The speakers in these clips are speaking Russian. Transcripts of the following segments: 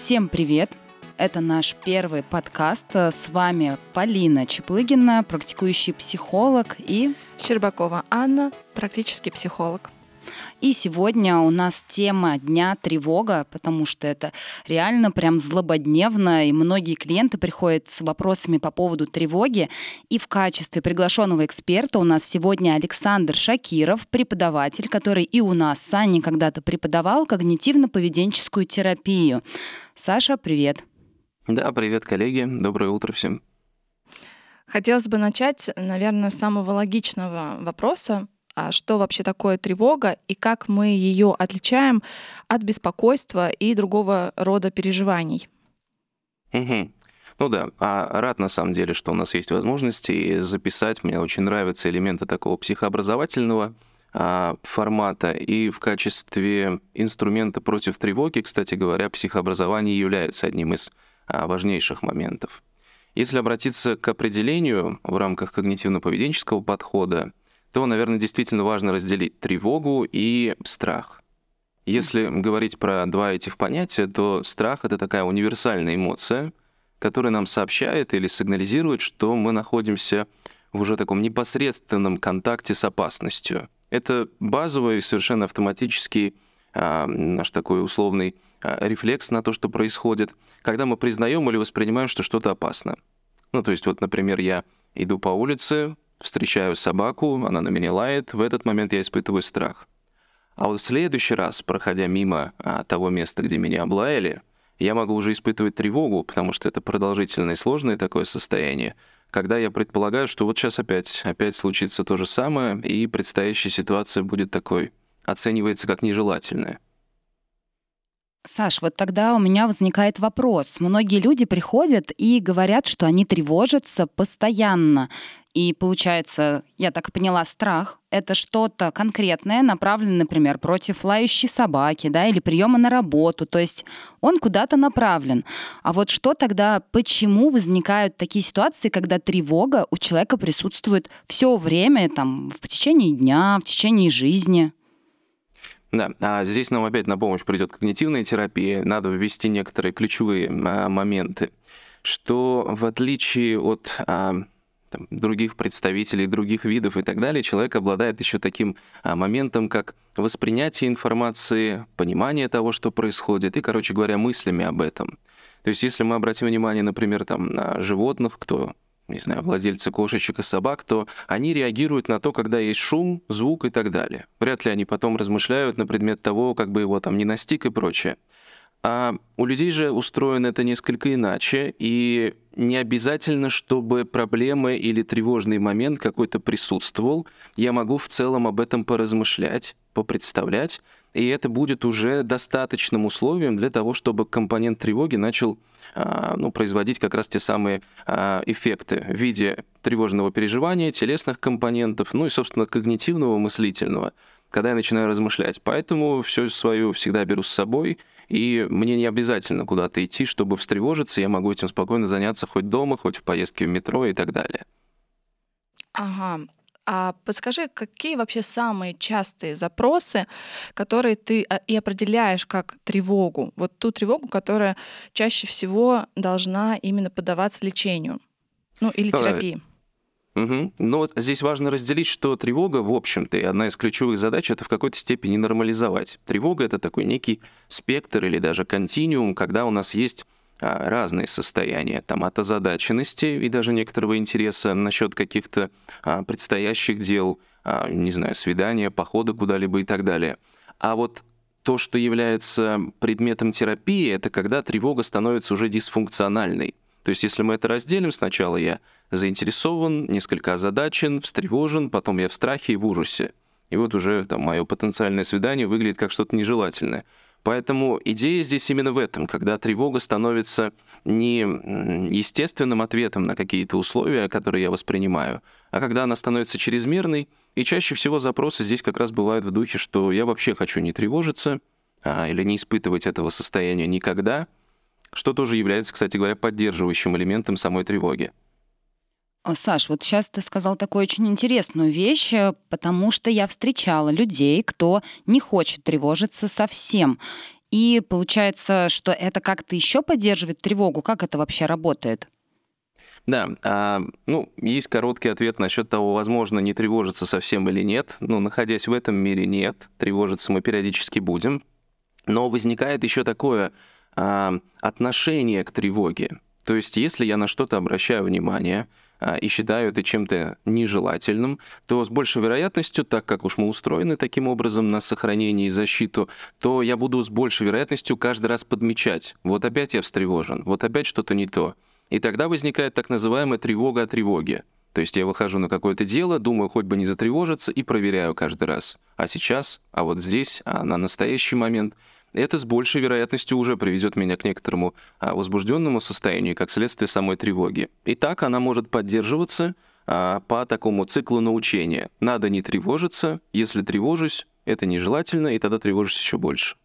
Всем привет! Это наш первый подкаст. С вами Полина Чаплыгина, практикующий психолог, и Щербакова Анна, практический психолог. И сегодня у нас тема дня тревога, потому что это реально прям злободневно, и многие клиенты приходят с вопросами по поводу тревоги. И в качестве приглашенного эксперта у нас сегодня Александр Шакиров, преподаватель, который и у нас с Аней когда-то преподавал когнитивно-поведенческую терапию. Саша, привет. Да, привет, коллеги. Доброе утро всем. Хотелось бы начать, наверное, с самого логичного вопроса. А что вообще такое тревога и как мы ее отличаем от беспокойства и другого рода переживаний? Ну да, рад на самом деле, что у нас есть возможности записать. Мне очень нравятся элементы такого психообразовательного формата. И в качестве инструмента против тревоги, кстати говоря, психообразование является одним из важнейших моментов. Если обратиться к определению в рамках когнитивно-поведенческого подхода, то, наверное, действительно важно разделить тревогу и страх. Если говорить про два этих понятия, то страх — это такая универсальная эмоция, которая нам сообщает или сигнализирует, что мы находимся в уже таком непосредственном контакте с опасностью. Это базовый, совершенно автоматический наш такой условный рефлекс на то, что происходит, когда мы признаем или воспринимаем, что что-то опасно. То есть вот, например, я иду по улице, встречаю собаку, она на меня лает, в этот момент я испытываю страх. А вот в следующий раз, проходя мимо того места, где меня облаяли, я могу уже испытывать тревогу, потому что это продолжительное и сложное такое состояние, когда я предполагаю, что вот сейчас опять случится то же самое, и предстоящая ситуация будет такой, оценивается как нежелательная. Саш, вот тогда у меня возникает вопрос. Многие люди приходят и говорят, что они тревожатся постоянно. И получается, я так поняла, страх — это что-то конкретное, направленное, например, против лающей собаки, да, или приема на работу. То есть он куда-то направлен. А вот что тогда, почему возникают такие ситуации, когда тревога у человека присутствует все время, там, в течение дня, в течение жизни? Да, а здесь нам опять на помощь придет когнитивная терапия. Надо ввести некоторые ключевые моменты, что в отличие от других представителей, других видов и так далее, человек обладает еще таким моментом, как воспринятие информации, понимание того, что происходит, и, короче говоря, мыслями об этом. То есть если мы обратим внимание, например, на животных, владельцы кошечек и собак, то они реагируют на то, когда есть шум, звук и так далее. Вряд ли они потом размышляют на предмет того, как бы его не настиг и прочее. А у людей же устроено это несколько иначе, и не обязательно, чтобы проблема или тревожный момент какой-то присутствовал. Я могу в целом об этом поразмышлять, попредставлять, и это будет уже достаточным условием для того, чтобы компонент тревоги начал производить как раз те самые эффекты в виде тревожного переживания, телесных компонентов, и, собственно, когнитивного, мыслительного, когда я начинаю размышлять. Поэтому все свое всегда беру с собой, и мне не обязательно куда-то идти, чтобы встревожиться, я могу этим спокойно заняться хоть дома, хоть в поездке в метро и так далее. Ага. А подскажи, какие вообще самые частые запросы, которые ты и определяешь как тревогу? Вот ту тревогу, которая чаще всего должна именно поддаваться лечению, или терапии. Вот здесь важно разделить, что тревога, в общем-то, и одна из ключевых задач — это в какой-то степени нормализовать. Тревога — это такой некий спектр или даже континуум, когда у нас есть разные состояния, от озадаченности и даже некоторого интереса насчет каких-то предстоящих дел, свидания, похода куда-либо и так далее. А вот то, что является предметом терапии, это когда тревога становится уже дисфункциональной. То есть если мы это разделим, сначала я заинтересован, несколько озадачен, встревожен, потом я в страхе и в ужасе. И вот уже мое потенциальное свидание выглядит как что-то нежелательное. Поэтому идея здесь именно в этом, когда тревога становится не естественным ответом на какие-то условия, которые я воспринимаю, а когда она становится чрезмерной, и чаще всего запросы здесь как раз бывают в духе, что я вообще хочу не тревожиться или не испытывать этого состояния никогда, что тоже является, кстати говоря, поддерживающим элементом самой тревоги. Саш, вот сейчас ты сказал такую очень интересную вещь, потому что я встречала людей, кто не хочет тревожиться совсем. И получается, что это как-то еще поддерживает тревогу. Как это вообще работает? Да, есть короткий ответ насчет того, возможно, не тревожиться совсем или нет. Находясь в этом мире, нет. Тревожиться мы периодически будем. Но возникает еще такое отношение к тревоге. То есть, если я на что-то обращаю внимание и считаю это чем-то нежелательным, то с большей вероятностью, так как уж мы устроены таким образом на сохранение и защиту, то я буду с большей вероятностью каждый раз подмечать. Вот опять я встревожен, вот опять что-то не то. И тогда возникает так называемая тревога о тревоге. То есть я выхожу на какое-то дело, думаю, хоть бы не затревожиться, и проверяю каждый раз. А сейчас, а вот здесь, а на настоящий момент. Это с большей вероятностью уже приведет меня к некоторому возбужденному состоянию, как следствие самой тревоги. И так она может поддерживаться по такому циклу научения. Надо не тревожиться, если тревожусь, это нежелательно, и тогда тревожусь еще больше.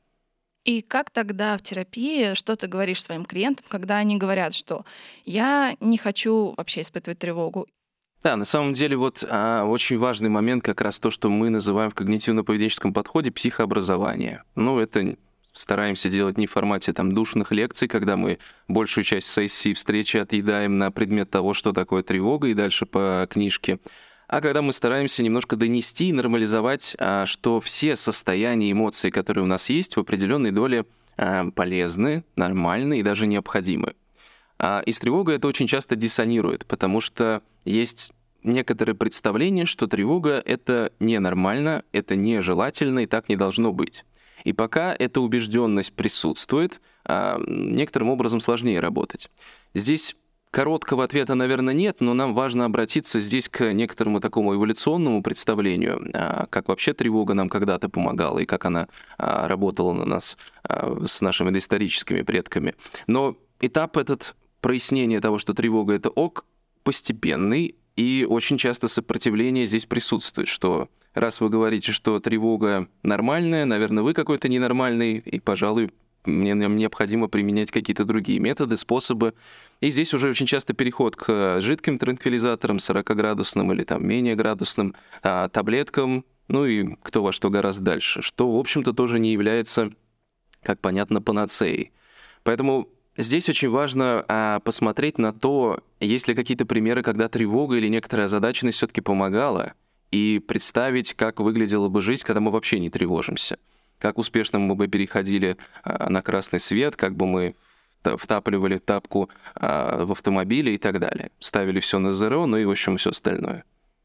И как тогда в терапии, что ты говоришь своим клиентам, когда они говорят, что я не хочу вообще испытывать тревогу? Да, на самом деле очень важный момент как раз то, что мы называем в когнитивно-поведенческом подходе психообразование. Это стараемся делать не в формате душных лекций, когда мы большую часть сессии, встречи отъедаем на предмет того, что такое тревога, и дальше по книжке. А когда мы стараемся немножко донести и нормализовать, что все состояния, эмоции, которые у нас есть, в определенной доле полезны, нормальны и даже необходимы. И с тревогой это очень часто диссонирует, потому что есть некоторые представления, что тревога — это ненормально, это нежелательно и так не должно быть. И пока эта убежденность присутствует, некоторым образом сложнее работать. Здесь короткого ответа, наверное, нет, но нам важно обратиться здесь к некоторому такому эволюционному представлению, как вообще тревога нам когда-то помогала и как она работала на нас с нашими доисторическими предками. Но этап этот прояснения того, что тревога — это ок, постепенный, и очень часто сопротивление здесь присутствует, что раз вы говорите, что тревога нормальная, наверное, вы какой-то ненормальный, и, пожалуй, нам необходимо применять какие-то другие методы, способы. И здесь уже очень часто переход к жидким транквилизаторам, 40-градусным или менее градусным, таблеткам, и кто во что гораздо дальше, что, в общем-то, тоже не является, как понятно, панацеей. Поэтому здесь очень важно посмотреть на то, есть ли какие-то примеры, когда тревога или некоторая озадаченность все-таки помогала, и представить, как выглядела бы жизнь, когда мы вообще не тревожимся. Как успешно мы бы переходили на красный свет, как бы мы втапливали тапку в автомобиле и так далее. Ставили все на зеро, и, в общем, все остальное.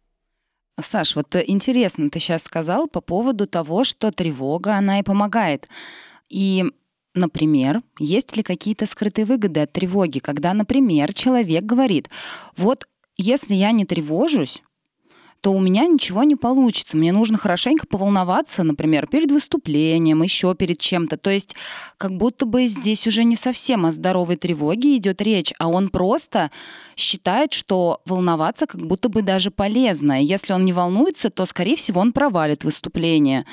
Саш, интересно, ты сейчас сказал по поводу того, что тревога, она и помогает. И, например, есть ли какие-то скрытые выгоды от тревоги, когда, например, человек говорит, вот если я не тревожусь, то у меня ничего не получится. Мне нужно хорошенько поволноваться, например, перед выступлением, еще перед чем-то. То есть как будто бы здесь уже не совсем о здоровой тревоге идет речь, а он просто считает, что волноваться как будто бы даже полезно. И если он не волнуется, то, скорее всего, он провалит выступление.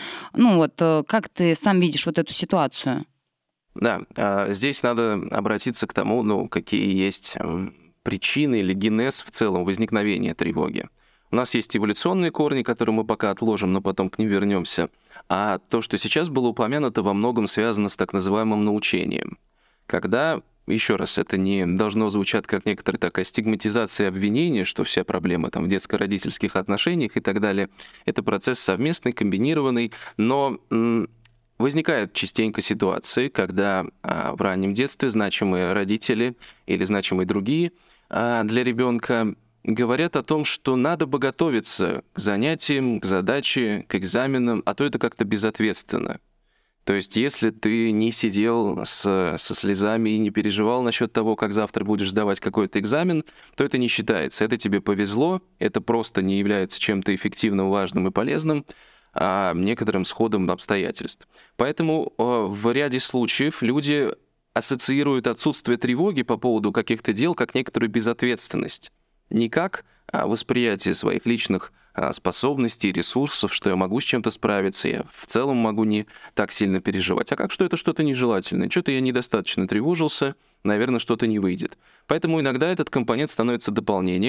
Как ты сам видишь эту ситуацию? Да, здесь надо обратиться к тому, какие есть причины или генез в целом возникновения тревоги. У нас есть эволюционные корни, которые мы пока отложим, но потом к ним вернемся. А то, что сейчас было упомянуто, во многом связано с так называемым научением. Когда, еще раз, это не должно звучать как некоторая такая стигматизация обвинения, что вся проблема в детско-родительских отношениях и так далее. Это процесс совместный, комбинированный, но возникают частенько ситуации, когда в раннем детстве значимые родители или значимые другие для ребенка говорят о том, что надо бы готовиться к занятиям, к задаче, к экзаменам, а то это как-то безответственно. То есть если ты не сидел со слезами и не переживал насчет того, как завтра будешь сдавать какой-то экзамен, то это не считается. Это тебе повезло, это просто не является чем-то эффективным, важным и полезным, а некоторым сходом обстоятельств. Поэтому в ряде случаев люди ассоциируют отсутствие тревоги по поводу каких-то дел как некоторую безответственность. Не как восприятие своих личных способностей, ресурсов, что я могу с чем-то справиться, я в целом могу не так сильно переживать, а как что это что-то нежелательное, что-то я недостаточно тревожился, наверное, что-то не выйдет. Поэтому иногда этот компонент становится дополнением,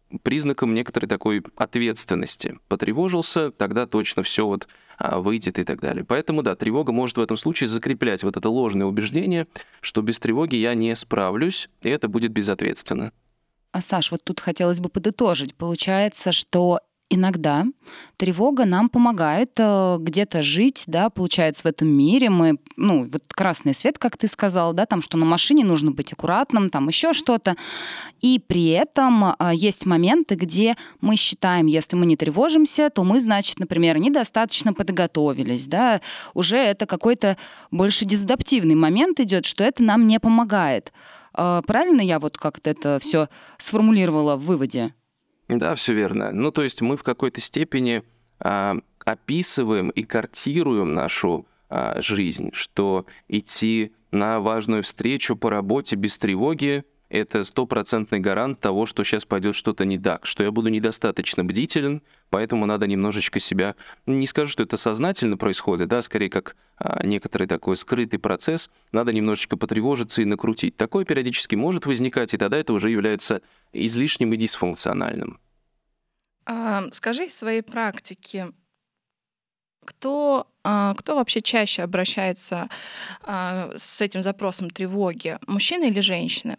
признаком некоторой такой ответственности. Потревожился, тогда точно все вот выйдет и так далее. Поэтому, да, тревога может в этом случае закреплять вот это ложное убеждение, что без тревоги я не справлюсь, и это будет безответственно. Саш, вот тут хотелось бы подытожить. Получается, что иногда тревога нам помогает где-то жить, да, получается, в этом мире. Мы, вот красный свет, как ты сказал, да, там, что на машине нужно быть аккуратным, там еще что-то. И при этом есть моменты, где мы считаем, если мы не тревожимся, то мы, значит, например, недостаточно подготовились, да, уже это какой-то больше дезадаптивный момент идет, что это нам не помогает. Правильно я вот как-то это все сформулировала в выводе? Да, все верно. То есть мы в какой-то степени описываем и картируем нашу жизнь, что идти на важную встречу по работе без тревоги — это стопроцентный гарант того, что сейчас пойдет что-то не так, что я буду недостаточно бдителен, поэтому надо немножечко себя... Не скажу, что это сознательно происходит, да, скорее как некоторый такой скрытый процесс, надо немножечко потревожиться и накрутить. Такое периодически может возникать, и тогда это уже является излишним и дисфункциональным. Скажи из своей практики, кто вообще чаще обращается с этим запросом тревоги, мужчины или женщины?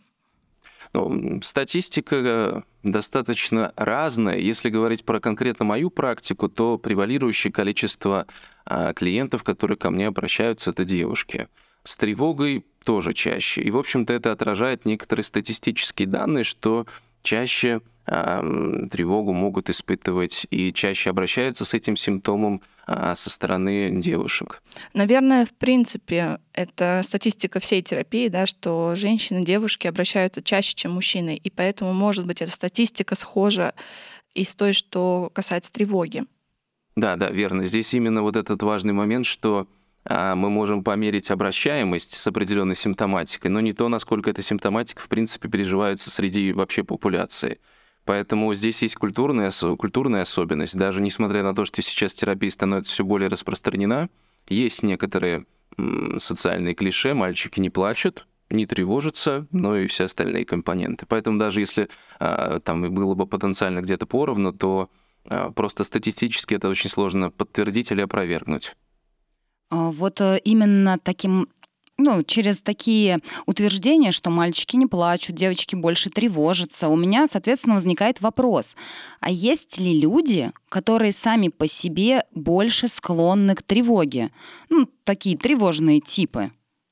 Статистика достаточно разная. Если говорить про конкретно мою практику, то превалирующее количество клиентов, которые ко мне обращаются, это девушки. С тревогой тоже чаще. И, в общем-то, это отражает некоторые статистические данные, что чаще тревогу могут испытывать и чаще обращаются с этим симптомом со стороны девушек. Наверное, в принципе, это статистика всей терапии, да, что женщины, девушки обращаются чаще, чем мужчины, и поэтому, может быть, эта статистика схожа и с той, что касается тревоги. Да, верно. Здесь именно вот этот важный момент, что мы можем померить обращаемость с определенной симптоматикой, но не то, насколько эта симптоматика, в принципе, переживается среди вообще популяции. Поэтому здесь есть культурная особенность. Даже несмотря на то, что сейчас терапия становится все более распространена, есть некоторые социальные клише: мальчики не плачут, не тревожатся, но и все остальные компоненты. Поэтому даже если там и было бы потенциально где-то поровну, то просто статистически это очень сложно подтвердить или опровергнуть. Вот именно таким, через такие утверждения, что мальчики не плачут, девочки больше тревожатся, у меня, соответственно, возникает вопрос: а есть ли люди, которые сами по себе больше склонны к тревоге? Такие тревожные типы.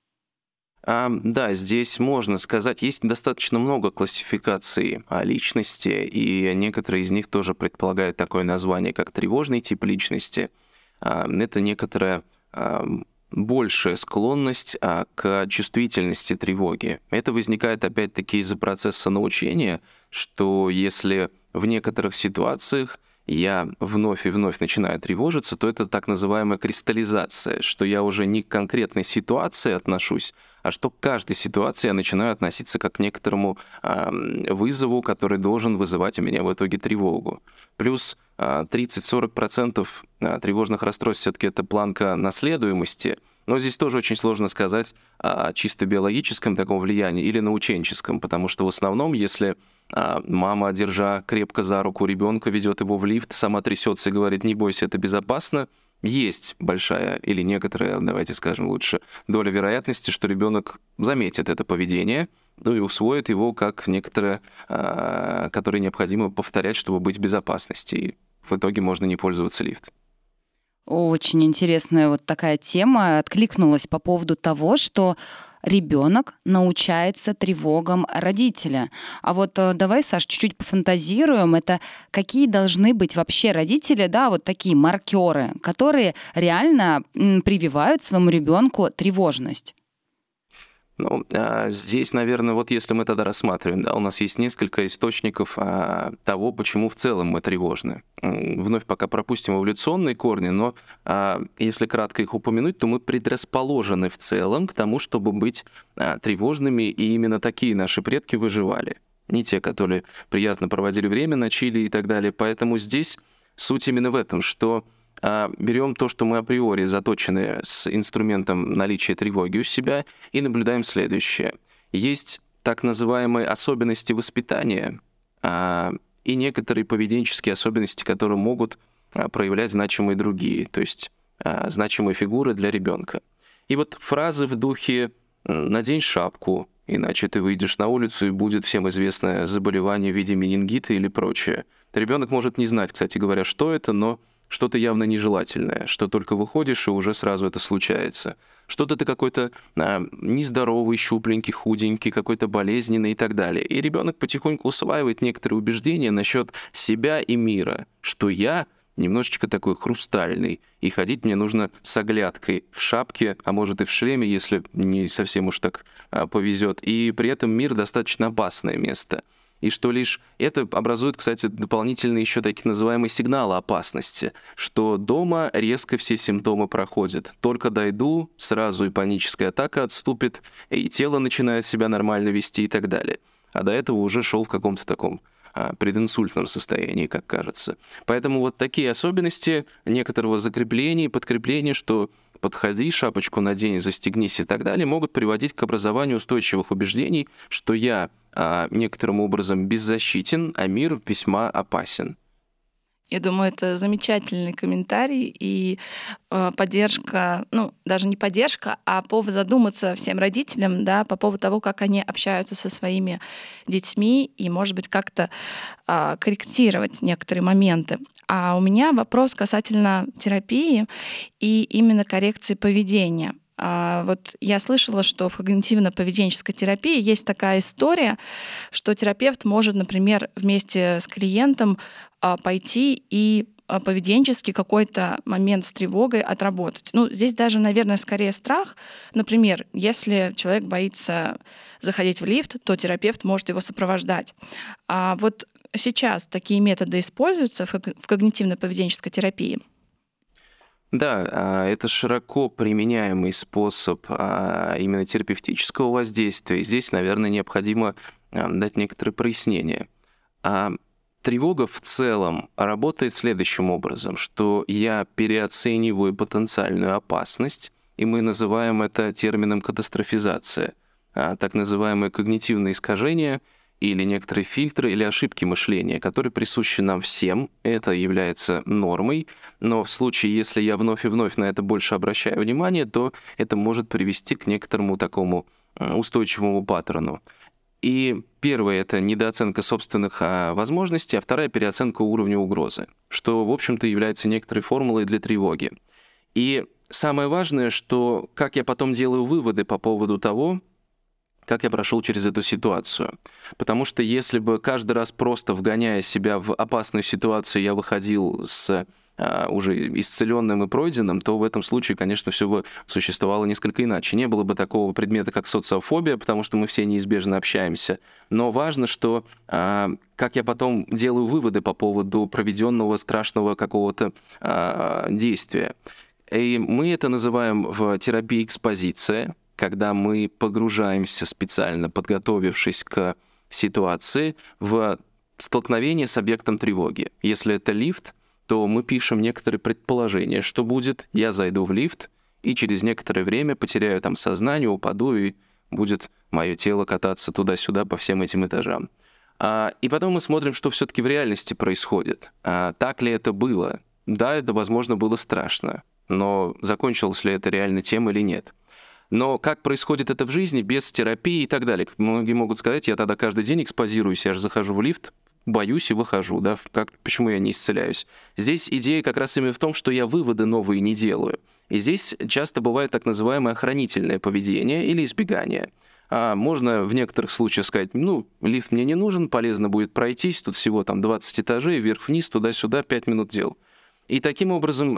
Да, здесь можно сказать, есть достаточно много классификаций личности, и некоторые из них тоже предполагают такое название, как тревожный тип личности. Это некоторая большая склонность к чувствительности тревоги. Это возникает опять-таки из-за процесса научения, что если в некоторых ситуациях я вновь и вновь начинаю тревожиться, то это так называемая кристаллизация, что я уже не к конкретной ситуации отношусь, а что к каждой ситуации я начинаю относиться как к некоторому вызову, который должен вызывать у меня в итоге тревогу. Плюс 30-40% тревожных расстройств все-таки это планка наследуемости, но здесь тоже очень сложно сказать о чисто биологическом таком влиянии или наученческом, потому что в основном, если мама, держа крепко за руку ребенка, ведет его в лифт, сама трясется и говорит: не бойся, это безопасно, есть большая или некоторая, давайте скажем лучше, доля вероятности, что ребенок заметит это поведение, и усвоит его как некоторое, которое необходимо повторять, чтобы быть в безопасности. И в итоге можно не пользоваться лифтом. Очень интересная вот такая тема откликнулась по поводу того, что ребенок научается тревогам родителя. А вот давай, Саш, чуть-чуть пофантазируем. Это какие должны быть вообще родители, да, вот такие маркеры, которые реально прививают своему ребенку тревожность? Здесь, наверное, вот если мы тогда рассматриваем, да, у нас есть несколько источников того, почему в целом мы тревожны. Вновь пока пропустим эволюционные корни, но если кратко их упомянуть, то мы предрасположены в целом к тому, чтобы быть тревожными, и именно такие наши предки выживали. Не те, которые приятно проводили время на чили и так далее. Поэтому здесь суть именно в этом, что берем то, что мы априори заточены с инструментом наличия тревоги у себя, и наблюдаем следующее. Есть так называемые особенности воспитания, и некоторые поведенческие особенности, которые могут проявлять значимые другие, то есть значимые фигуры для ребенка. И вот фразы в духе «надень шапку», иначе ты выйдешь на улицу и будет всем известное заболевание в виде менингита или прочее. Ребенок может не знать, кстати говоря, что это, но что-то явно нежелательное, что только выходишь, и уже сразу это случается. Что-то ты какой-то нездоровый, щупленький, худенький, какой-то болезненный и так далее. И ребенок потихоньку усваивает некоторые убеждения насчет себя и мира, что я немножечко такой хрустальный, и ходить мне нужно с оглядкой в шапке, а может и в шлеме, если не совсем уж так повезет. И при этом мир достаточно опасное место. И что лишь это образует, кстати, дополнительные еще такие называемые сигналы опасности, что дома резко все симптомы проходят. Только дойду, сразу и паническая атака отступит, и тело начинает себя нормально вести и так далее. А до этого уже шел в каком-то таком прединсультном состоянии, как кажется. Поэтому вот такие особенности некоторого закрепления и подкрепления, что подходи, шапочку надень, застегнись и так далее, могут приводить к образованию устойчивых убеждений, что я некоторым образом беззащитен, а мир весьма опасен. Я думаю, это замечательный комментарий и поддержка, ну, даже не поддержка, а повод задуматься всем родителям, да, по поводу того, как они общаются со своими детьми и, может быть, как-то корректировать некоторые моменты. А у меня вопрос касательно терапии и именно коррекции поведения. Вот я слышала, что в когнитивно-поведенческой терапии есть такая история, что терапевт может, например, вместе с клиентом пойти и поведенчески какой-то момент с тревогой отработать. Ну, здесь даже, наверное, скорее страх. Например, если человек боится заходить в лифт, то терапевт может его сопровождать. А вот сейчас такие методы используются в когнитивно-поведенческой терапии? Да, это широко применяемый способ именно терапевтического воздействия. И здесь, наверное, необходимо дать некоторые прояснения. Тревога в целом работает следующим образом, что я переоцениваю потенциальную опасность, и мы называем это термином катастрофизация, так называемые когнитивные искажения или некоторые фильтры или ошибки мышления, которые присущи нам всем, это является нормой, но в случае, если я вновь и вновь на это больше обращаю внимание, то это может привести к некоторому такому устойчивому паттерну. И первое — это недооценка собственных возможностей, а вторая — переоценка уровня угрозы, что, в общем-то, является некоторой формулой для тревоги. И самое важное, что как я потом делаю выводы по поводу того, как я прошел через эту ситуацию. Потому что если бы каждый раз просто вгоняя себя в опасную ситуацию, я выходил с уже исцеленным и пройденным, то в этом случае, конечно, все бы существовало несколько иначе. Не было бы такого предмета, как социофобия, потому что мы все неизбежно общаемся. Но важно, что как я потом делаю выводы по поводу проведенного страшного какого-то действия. И мы это называем в терапии экспозиция, когда мы погружаемся специально, подготовившись к ситуации, в столкновение с объектом тревоги. Если это лифт, то мы пишем некоторые предположения, что будет, я зайду в лифт, и через некоторое время потеряю там сознание, упаду, и будет мое тело кататься туда-сюда по всем этим этажам. И потом мы смотрим, что все-таки в реальности происходит. Так ли это было? Да, это, возможно, было страшно, но закончилось ли это реально тем или нет? Но как происходит это в жизни без терапии и так далее? Многие могут сказать, я тогда каждый день экспозируюсь, я же захожу в лифт, боюсь и выхожу, да? Почему я не исцеляюсь? Здесь идея как раз именно в том, что я выводы новые не делаю. И здесь часто бывает так называемое охранительное поведение или избегание. Можно в некоторых случаях сказать, лифт мне не нужен, полезно будет пройтись, тут всего там 20 этажей, вверх-вниз, туда-сюда, 5 минут дел. И таким образом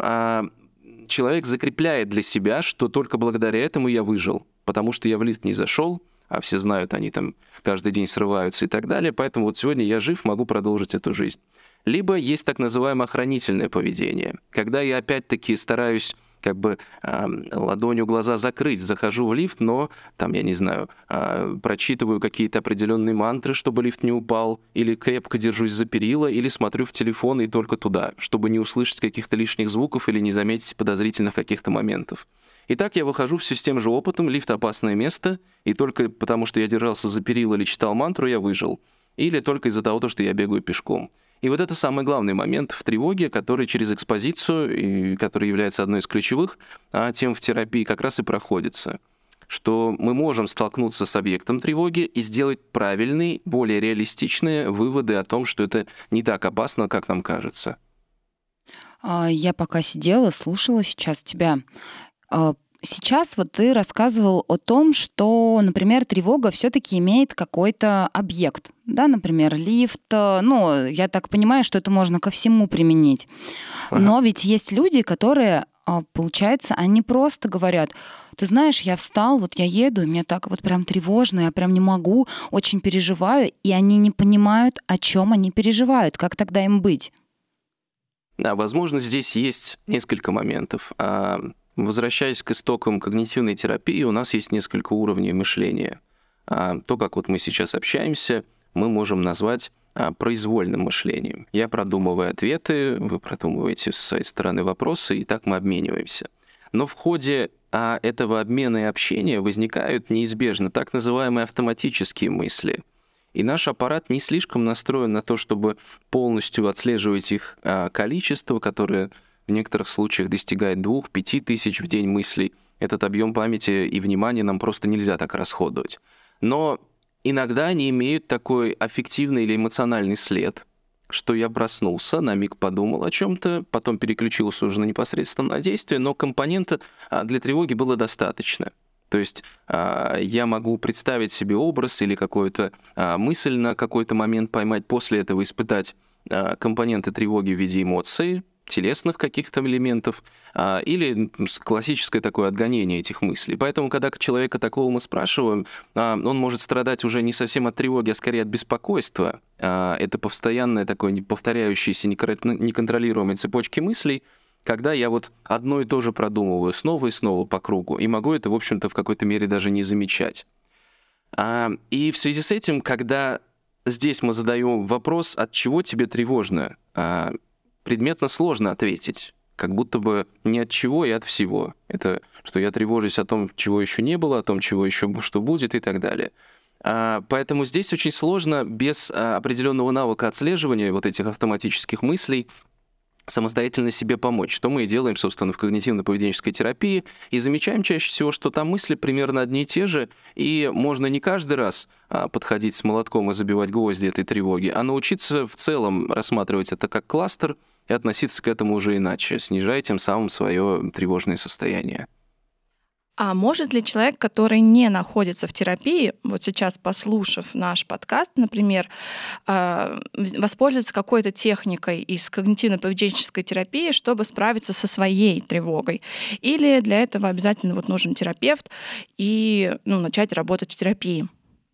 человек закрепляет для себя, что только благодаря этому я выжил, потому что я в лифт не зашел, а все знают, они там каждый день срываются и так далее, поэтому вот сегодня я жив, могу продолжить эту жизнь. Либо есть так называемое охранительное поведение, когда я опять-таки стараюсь ладонью глаза закрыть, захожу в лифт, но там, я не знаю, прочитываю какие-то определенные мантры, чтобы лифт не упал, или крепко держусь за перила, или смотрю в телефон и только туда, чтобы не услышать каких-то лишних звуков или не заметить подозрительных каких-то моментов. Итак, я выхожу все с тем же опытом, лифт — опасное место, и только потому, что я держался за перила или читал мантру, я выжил. или только из-за того, что я бегаю пешком. И вот это самый главный момент в тревоге, который через экспозицию, и который является одной из ключевых тем в терапии, как раз и проходится. Что мы можем столкнуться с объектом тревоги и сделать правильные, более реалистичные выводы о том, что это не так опасно, как нам кажется. Я пока сидела, слушала сейчас тебя. Сейчас вот ты рассказывал о том, что, например, тревога все-таки имеет какой-то объект, да, например, лифт. Ну, я так понимаю, что это можно ко всему применить. Ага. Но ведь есть люди, которые, получается, они просто говорят: ты знаешь, я встал, вот я еду, и мне так вот прям тревожно, я прям не могу, очень переживаю, и они не понимают, о чем они переживают, как тогда им быть. Да, возможно, здесь есть несколько моментов. Возвращаясь к истокам когнитивной терапии, у нас есть несколько уровней мышления. То, как вот мы сейчас общаемся, мы можем назвать произвольным мышлением. Я продумываю ответы, вы продумываете с своей стороны вопросы, и так мы обмениваемся. Но в ходе этого обмена и общения возникают неизбежно так называемые автоматические мысли. И наш аппарат не слишком настроен на то, чтобы полностью отслеживать их количество, которое в некоторых случаях достигает 2-5 тысяч в день мыслей. Этот объем памяти и внимания нам просто нельзя так расходовать. Но иногда они имеют такой аффективный или эмоциональный след, что я проснулся, на миг подумал о чем-то, потом переключился уже непосредственно на действие, но компонента для тревоги было достаточно. То есть я могу представить себе образ или какую-то мысль на какой-то момент поймать, после этого испытать компоненты тревоги в виде эмоций, телесных каких-то элементов, или классическое такое отгонение этих мыслей. Поэтому, когда человека такого мы спрашиваем, он может страдать уже не совсем от тревоги, а скорее от беспокойства. Это постоянное такое повторяющееся неконтролируемой цепочки мыслей, когда я вот одно и то же продумываю снова и снова по кругу, и могу это, в общем-то, в какой-то мере даже не замечать. И в связи с этим, когда здесь мы задаем вопрос, от чего тебе тревожно, предметно сложно ответить, как будто бы не от чего и от всего. Это что я тревожусь о том, чего еще не было, о том, чего еще что будет и так далее. Поэтому здесь очень сложно без определенного навыка отслеживания вот этих автоматических мыслей самостоятельно себе помочь, что мы и делаем, собственно, в когнитивно-поведенческой терапии, и замечаем чаще всего, что там мысли примерно одни и те же, и можно не каждый раз подходить с молотком и забивать гвозди этой тревоги, а научиться в целом рассматривать это как кластер и относиться к этому уже иначе, снижая тем самым свое тревожное состояние. А может ли человек, который не находится в терапии, вот сейчас послушав наш подкаст, например, воспользоваться какой-то техникой из когнитивно-поведенческой терапии, чтобы справиться со своей тревогой? Или для этого обязательно вот нужен терапевт и начать работать в терапии?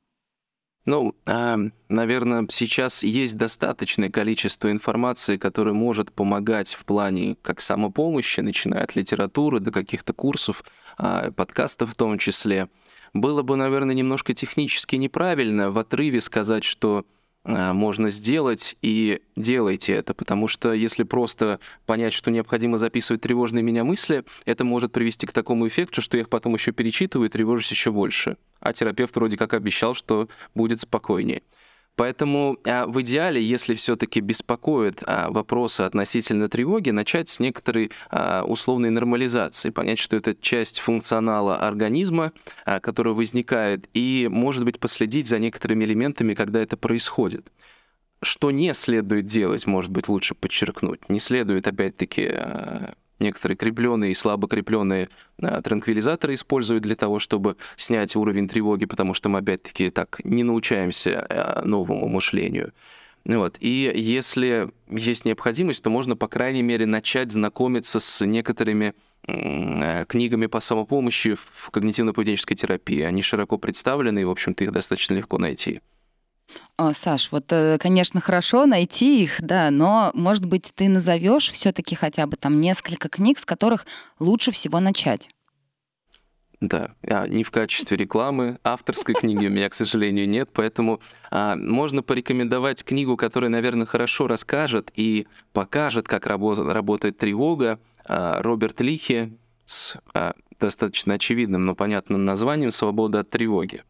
Наверное, сейчас есть достаточное количество информации, которая может помогать в плане как самопомощи, начиная от литературы до каких-то курсов, подкастов в том числе. Было бы, наверное, немножко технически неправильно в отрыве сказать, что можно сделать, и делайте это, потому что если просто понять, что необходимо записывать тревожные меня мысли, это может привести к такому эффекту, что я их потом еще перечитываю и тревожусь еще больше. А терапевт вроде как обещал, что будет спокойнее. Поэтому в идеале, если все-таки беспокоят вопросы относительно тревоги, начать с некоторой условной нормализации, понять, что это часть функционала организма, которая возникает, и, может быть, последить за некоторыми элементами, когда это происходит. Что не следует делать, может быть, лучше подчеркнуть. Не следует, опять-таки, некоторые крепленные и слабо крепленные транквилизаторы используют для того, чтобы снять уровень тревоги, потому что мы, опять-таки, так не научаемся новому мышлению. И если есть необходимость, то можно, по крайней мере, начать знакомиться с некоторыми книгами по самопомощи в когнитивно-поведенческой терапии. Они широко представлены, и, в общем-то, их достаточно легко найти. Саш, конечно, хорошо найти их, да, но, может быть, ты назовешь все-таки хотя бы там несколько книг, с которых лучше всего начать? Да, не в качестве рекламы. Авторской книги у меня, к сожалению, нет, поэтому можно порекомендовать книгу, которая, наверное, хорошо расскажет и покажет, как работает тревога. Роберт Лихе с достаточно очевидным, но понятным названием «Свобода от тревоги».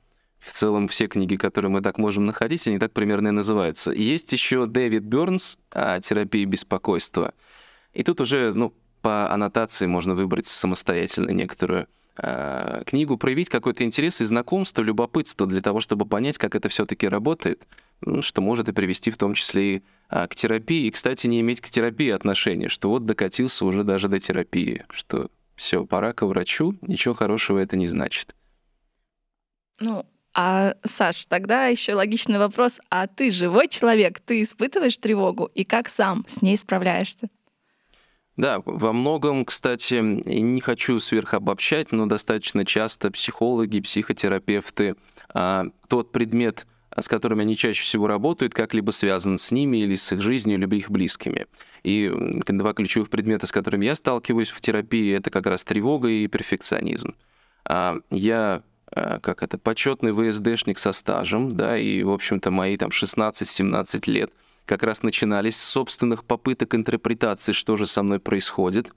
В целом все книги, которые мы так можем находить, они так примерно и называются. Есть еще Дэвид Бернс о терапии беспокойства. И тут уже, по аннотации можно выбрать самостоятельно некоторую книгу, проявить какой-то интерес и знакомство, любопытство для того, чтобы понять, как это все-таки работает, что может и привести в том числе и к терапии. И, кстати, не иметь к терапии отношения, что вот докатился уже даже до терапии, что все, пора к врачу, ничего хорошего это не значит. Саш, тогда еще логичный вопрос. А ты живой человек? Ты испытываешь тревогу? И как сам с ней справляешься? Да, во многом, кстати, не хочу сверхобобщать, но достаточно часто психологи, психотерапевты, тот предмет, с которым они чаще всего работают, как-либо связан с ними или с их жизнью, либо их близкими. И два ключевых предмета, с которыми я сталкиваюсь в терапии, это как раз тревога и перфекционизм. Я почетный ВСДшник со стажем, да, и, в общем-то, мои 16-17 лет как раз начинались с собственных попыток интерпретации, что же со мной происходит,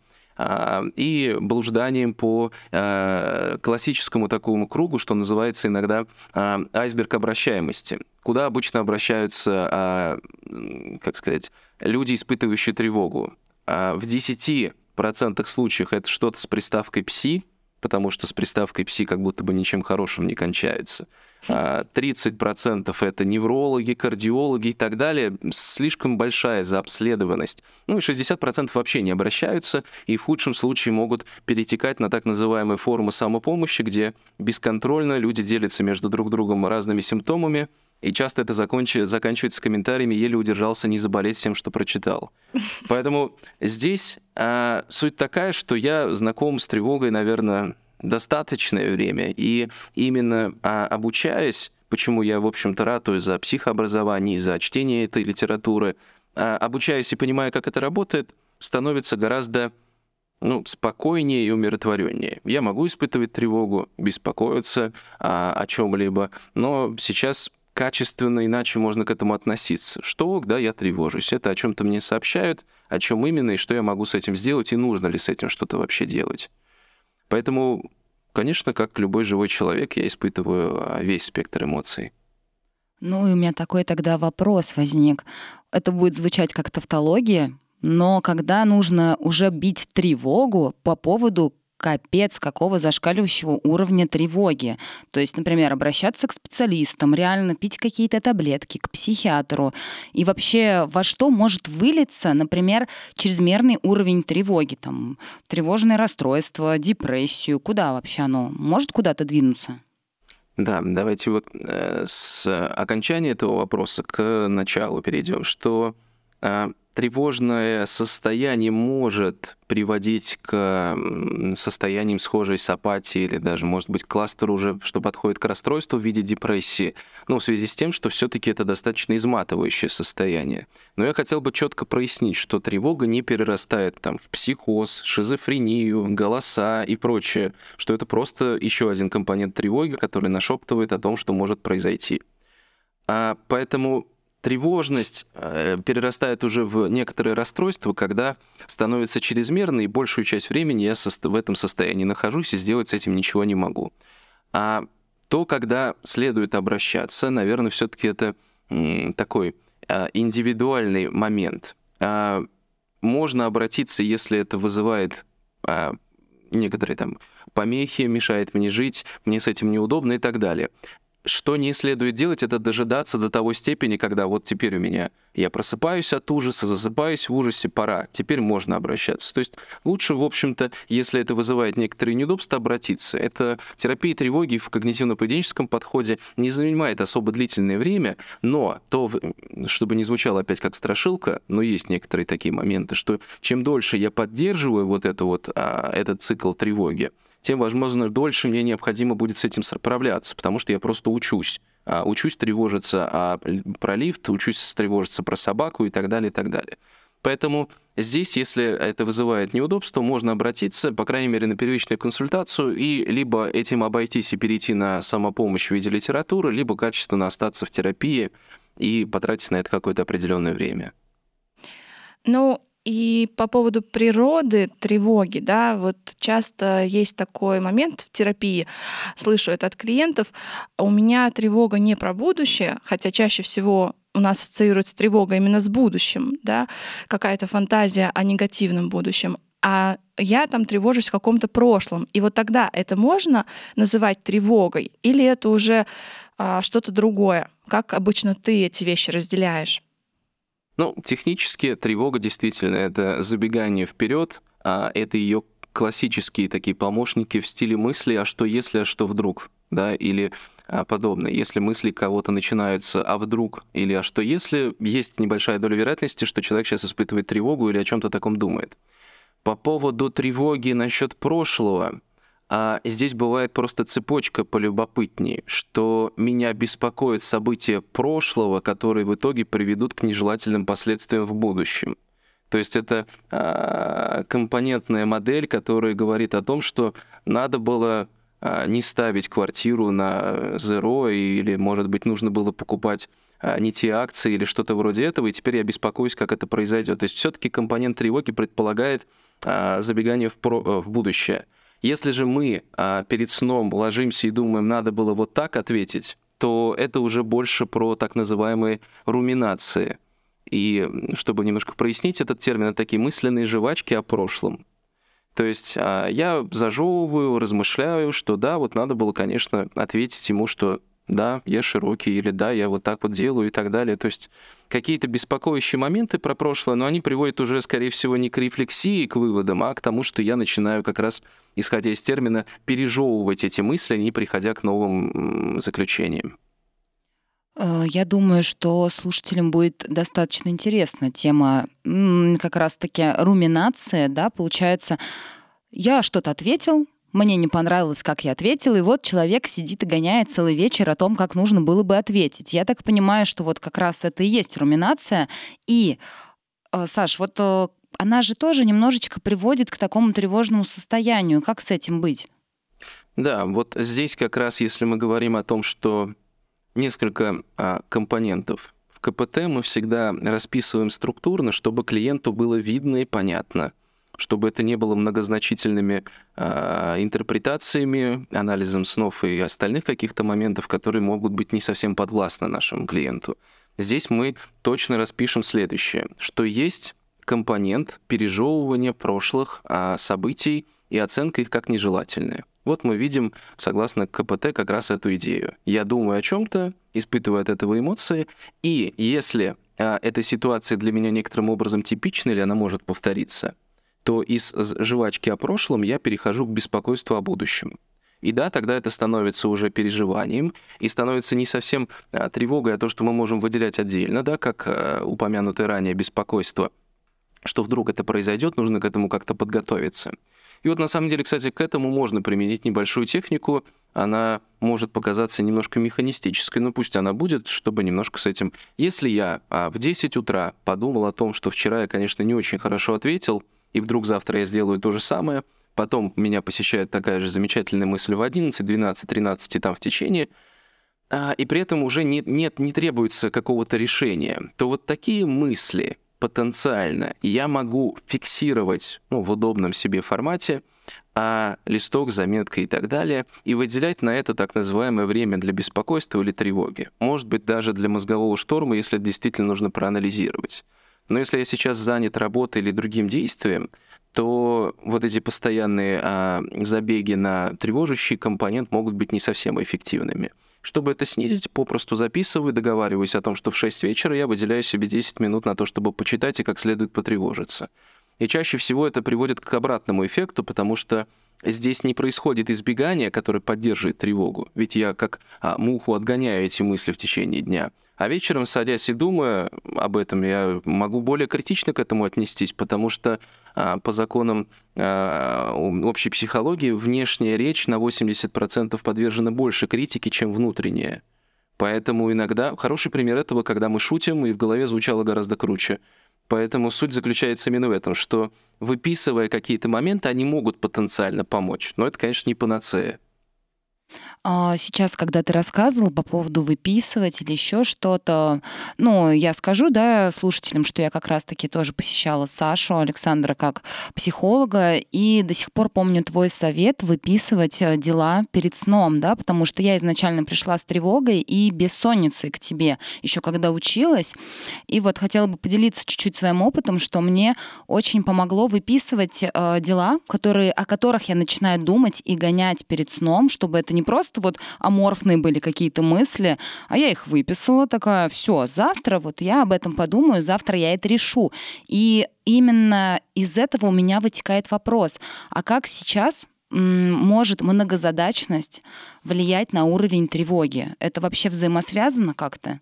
и блужданием по классическому такому кругу, что называется иногда айсберг обращаемости, куда обычно обращаются, люди, испытывающие тревогу. В 10% случаев это что-то с приставкой «пси», потому что с приставкой «пси» как будто бы ничем хорошим не кончается. 30% это неврологи, кардиологи и так далее. Слишком большая заобследованность. И 60% вообще не обращаются и в худшем случае могут перетекать на так называемые формы самопомощи, где бесконтрольно люди делятся между друг другом разными симптомами, и часто это заканчивается комментариями «еле удержался не заболеть всем, что прочитал». Поэтому здесь суть такая, что я знаком с тревогой, наверное, достаточное время, и именно обучаясь, почему я, в общем-то, ратую за психообразование и за чтение этой литературы, обучаясь и понимая, как это работает, становится гораздо спокойнее и умиротвореннее. Я могу испытывать тревогу, беспокоиться о чем-либо, но сейчас качественно иначе можно к этому относиться. Что, да, я тревожусь. Это о чем-то мне сообщают, о чем именно, и что я могу с этим сделать, и нужно ли с этим что-то вообще делать. Поэтому, конечно, как любой живой человек, я испытываю весь спектр эмоций. И у меня такой тогда вопрос возник. Это будет звучать как тавтология, но когда нужно уже бить тревогу по поводу капец какого зашкаливающего уровня тревоги. То есть, например, обращаться к специалистам, реально пить какие-то таблетки, к психиатру. И вообще, во что может вылиться, например, чрезмерный уровень тревоги? Тревожное расстройство, депрессию. Куда вообще оно? Может куда-то двинуться? Да, давайте с окончания этого вопроса к началу перейдем, что тревожное состояние может приводить к состояниям, схожей с апатией, или даже, может быть, кластер уже, что подходит к расстройству в виде депрессии, в связи с тем, что все-таки это достаточно изматывающее состояние. Но я хотел бы четко прояснить, что тревога не перерастает в психоз, шизофрению, голоса и прочее, что это просто еще один компонент тревоги, который нашептывает о том, что может произойти. Поэтому тревожность перерастает уже в некоторые расстройства, когда становится чрезмерной, и большую часть времени я в этом состоянии нахожусь и сделать с этим ничего не могу. А то, когда следует обращаться, наверное, все-таки это такой индивидуальный момент. Можно обратиться, если это вызывает некоторые помехи, мешает мне жить, мне с этим неудобно и так далее. Что не следует делать, это дожидаться до того степени, когда вот теперь я просыпаюсь от ужаса, засыпаюсь в ужасе, пора, теперь можно обращаться. То есть лучше, в общем-то, если это вызывает некоторые неудобства, обратиться. Это терапия тревоги в когнитивно-поведенческом подходе не занимает особо длительное время, но чтобы не звучало опять как страшилка, но есть некоторые такие моменты, что чем дольше я поддерживаю этот цикл тревоги, тем, возможно, дольше мне необходимо будет с этим справляться, потому что я просто учусь. Учусь тревожиться про лифт, учусь тревожиться про собаку и так далее, и так далее. Поэтому здесь, если это вызывает неудобство, можно обратиться, по крайней мере, на первичную консультацию и либо этим обойтись и перейти на самопомощь в виде литературы, либо качественно остаться в терапии и потратить на это какое-то определенное время. И по поводу природы тревоги, да, вот часто есть такой момент в терапии, слышу это от клиентов, у меня тревога не про будущее, хотя чаще всего у нас ассоциируется тревога именно с будущим, да, какая-то фантазия о негативном будущем, а я там тревожусь в каком-то прошлом. И вот тогда это можно называть тревогой или это уже что-то другое? Как обычно ты эти вещи разделяешь? Ну, технически тревога действительно это забегание вперед, это ее классические такие помощники в стиле мысли, а что если, а что вдруг, да, или подобное. Если мысли кого-то начинаются, а вдруг, или а что если, есть небольшая доля вероятности, что человек сейчас испытывает тревогу или о чем-то таком думает. По поводу тревоги насчет прошлого, здесь бывает просто цепочка полюбопытнее, что меня беспокоят события прошлого, которые в итоге приведут к нежелательным последствиям в будущем. То есть это компонентная модель, которая говорит о том, что надо было не ставить квартиру на zero, или, может быть, нужно было покупать не те акции или что-то вроде этого, и теперь я беспокоюсь, как это произойдет. То есть все-таки компонент тревоги предполагает забегание в будущее. Если же мы перед сном ложимся и думаем, надо было вот так ответить, то это уже больше про так называемые руминации. И чтобы немножко прояснить этот термин, это такие мысленные жвачки о прошлом. То есть я зажевываю, размышляю, что да, вот надо было, конечно, ответить ему, что да, я широкий, или да, я вот так вот делаю и так далее. То есть какие-то беспокоящие моменты про прошлое, но они приводят уже, скорее всего, не к рефлексии, к выводам, а к тому, что я начинаю как раз, исходя из термина, пережевывать эти мысли, не приходя к новым заключениям. Я думаю, что слушателям будет достаточно интересна тема как раз-таки руминация, да, получается, я что-то ответил, мне не понравилось, как я ответил, и вот человек сидит и гоняет целый вечер о том, как нужно было бы ответить. Я так понимаю, что вот как раз это и есть руминация. И, Саш, вот она же тоже немножечко приводит к такому тревожному состоянию. Как с этим быть? Да, вот здесь как раз, если мы говорим о том, что несколько компонентов в КПТ мы всегда расписываем структурно, чтобы клиенту было видно и понятно, чтобы это не было многозначительными интерпретациями, анализом снов и остальных каких-то моментов, которые могут быть не совсем подвластны нашему клиенту. Здесь мы точно распишем следующее, что есть компонент пережевывания прошлых событий и оценка их как нежелательные. Вот мы видим, согласно КПТ, как раз эту идею. Я думаю о чем-то, испытываю от этого эмоции, и если эта ситуация для меня некоторым образом типична или она может повториться, то из жвачки о прошлом я перехожу к беспокойству о будущем. И да, тогда это становится уже переживанием, и становится не совсем тревогой, а то, что мы можем выделять отдельно, да, как упомянутое ранее беспокойство, что вдруг это произойдет, нужно к этому как-то подготовиться. И вот на самом деле, кстати, к этому можно применить небольшую технику. Она может показаться немножко механистической, но пусть она будет, чтобы немножко с этим... Если я в 10 утра подумал о том, что вчера я, конечно, не очень хорошо ответил, и вдруг завтра я сделаю то же самое, потом меня посещает такая же замечательная мысль в 11, 12, 13 и там в течение, и при этом уже не требуется какого-то решения, то вот такие мысли потенциально я могу фиксировать в удобном себе формате, листок, заметка и так далее, и выделять на это так называемое время для беспокойства или тревоги. Может быть, даже для мозгового шторма, если это действительно нужно проанализировать. Но если я сейчас занят работой или другим действием, то вот эти постоянные забеги на тревожащий компонент могут быть не совсем эффективными. Чтобы это снизить, попросту записываю, договариваюсь о том, что в 6 вечера я выделяю себе 10 минут на то, чтобы почитать и как следует потревожиться. И чаще всего это приводит к обратному эффекту, потому что здесь не происходит избегание, которое поддерживает тревогу, ведь я как муху отгоняю эти мысли в течение дня. А вечером, садясь и думая об этом, я могу более критично к этому отнестись, потому что по законам общей психологии внешняя речь на 80% подвержена больше критике, чем внутренняя. Поэтому иногда... Хороший пример этого, когда мы шутим, и в голове звучало гораздо круче. Поэтому суть заключается именно в этом, что выписывая какие-то моменты, они могут потенциально помочь. Но это, конечно, не панацея. Сейчас, когда ты рассказывал по поводу выписывать или еще что-то, я скажу, да, слушателям, что я как раз-таки тоже посещала Сашу Александра как психолога, и до сих пор помню твой совет выписывать дела перед сном, да, потому что я изначально пришла с тревогой и бессонницей к тебе, еще когда училась, и вот хотела бы поделиться чуть-чуть своим опытом, что мне очень помогло выписывать дела, о которых я начинаю думать и гонять перед сном, чтобы это не просто вот аморфные были какие-то мысли, а я их выписала, такая, все, завтра вот я об этом подумаю, завтра я это решу. И именно из этого у меня вытекает вопрос, а как сейчас может многозадачность влиять на уровень тревоги? Это вообще взаимосвязано как-то?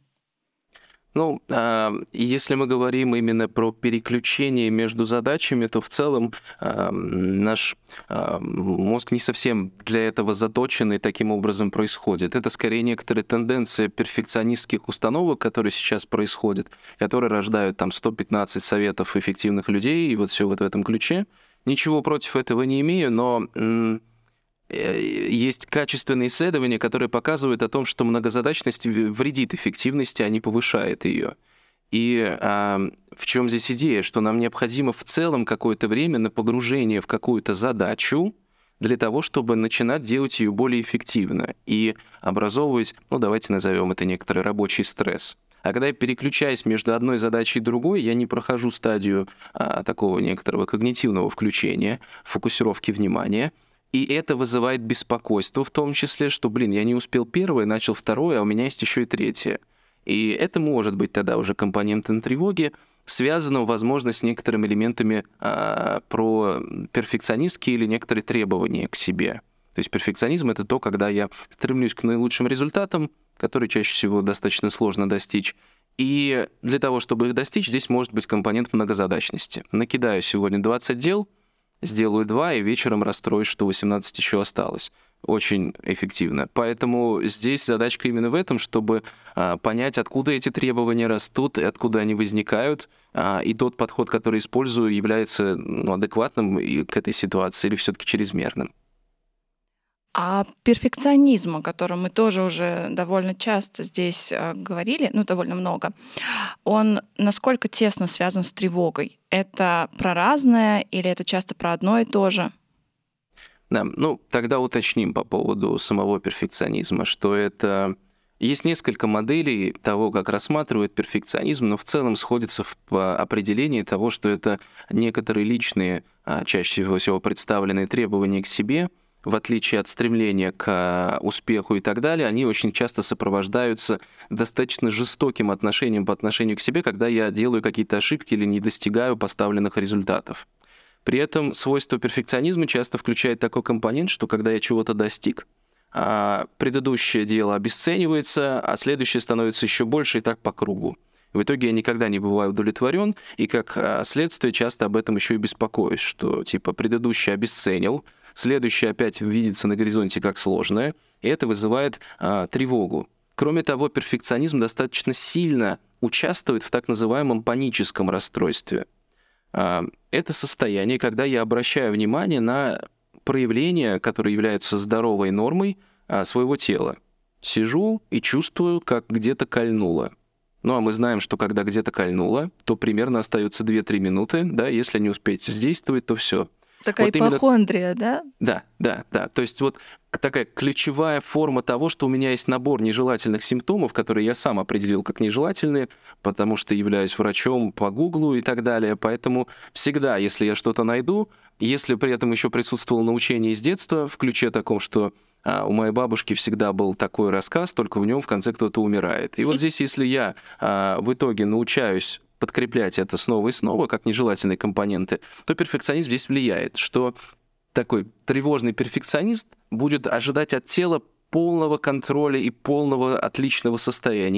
Если мы говорим именно про переключение между задачами, то в целом наш мозг не совсем для этого заточен и таким образом происходит. Это скорее некоторая тенденция перфекционистских установок, которые сейчас происходят, которые рождают там 115 советов эффективных людей, и вот все вот в этом ключе. Ничего против этого не имею, но есть качественные исследования, которые показывают о том, что многозадачность вредит эффективности, а не повышает ее. И в чем здесь идея? Что нам необходимо в целом какое-то время на погружение в какую-то задачу для того, чтобы начинать делать ее более эффективно и образовывать, давайте назовем это некоторый рабочий стресс. А когда я переключаюсь между одной задачей и другой, я не прохожу стадию такого некоторого когнитивного включения, фокусировки внимания, и это вызывает беспокойство, в том числе, что, я не успел первое, начал второе, а у меня есть еще и третье. И это может быть тогда уже компонентом тревоги, связанным, возможно, с некоторыми элементами про перфекционистские или некоторые требования к себе. То есть перфекционизм — это то, когда я стремлюсь к наилучшим результатам, которые чаще всего достаточно сложно достичь. И для того, чтобы их достичь, здесь может быть компонент многозадачности. Накидаю сегодня 20 дел, сделаю 2, и вечером расстроюсь, что 18 еще осталось. Очень эффективно. Поэтому здесь задачка именно в этом, чтобы понять, откуда эти требования растут, и откуда они возникают, и тот подход, который использую, является адекватным к этой ситуации или все-таки чрезмерным. А перфекционизм, о котором мы тоже уже довольно часто здесь говорили, довольно много, он насколько тесно связан с тревогой? Это про разное или это часто про одно и то же? Да, тогда уточним по поводу самого перфекционизма, что это... Есть несколько моделей того, как рассматривают перфекционизм, но в целом сходится в определении того, что это некоторые личные, чаще всего представленные требования к себе, в отличие от стремления к успеху и так далее, они очень часто сопровождаются достаточно жестоким отношением по отношению к себе, когда я делаю какие-то ошибки или не достигаю поставленных результатов. При этом свойство перфекционизма часто включает такой компонент, что когда я чего-то достиг, предыдущее дело обесценивается, а следующее становится еще больше и так по кругу. В итоге я никогда не бываю удовлетворен, и как следствие часто об этом еще и беспокоюсь, что предыдущий обесценил, следующее опять видится на горизонте как сложное, и это вызывает тревогу. Кроме того, перфекционизм достаточно сильно участвует в так называемом паническом расстройстве. Это состояние, когда я обращаю внимание на проявления, которые являются здоровой нормой своего тела. Сижу и чувствую, как где-то кольнуло. А мы знаем, что когда где-то кольнуло, то примерно остается 2-3 минуты, да, если не успеть сдействовать, то все. Такая ипохондрия, да? Да. То есть такая ключевая форма того, что у меня есть набор нежелательных симптомов, которые я сам определил как нежелательные, потому что являюсь врачом по Гуглу и так далее. Поэтому всегда, если я что-то найду, если при этом еще присутствовало научение из детства в ключе таком, что у моей бабушки всегда был такой рассказ, только в нем в конце кто-то умирает. И вот здесь, если я в итоге научаюсь подкреплять это снова и снова, как нежелательные компоненты, то перфекционизм здесь влияет, что такой тревожный перфекционист будет ожидать от тела полного контроля и полного отличного состояния.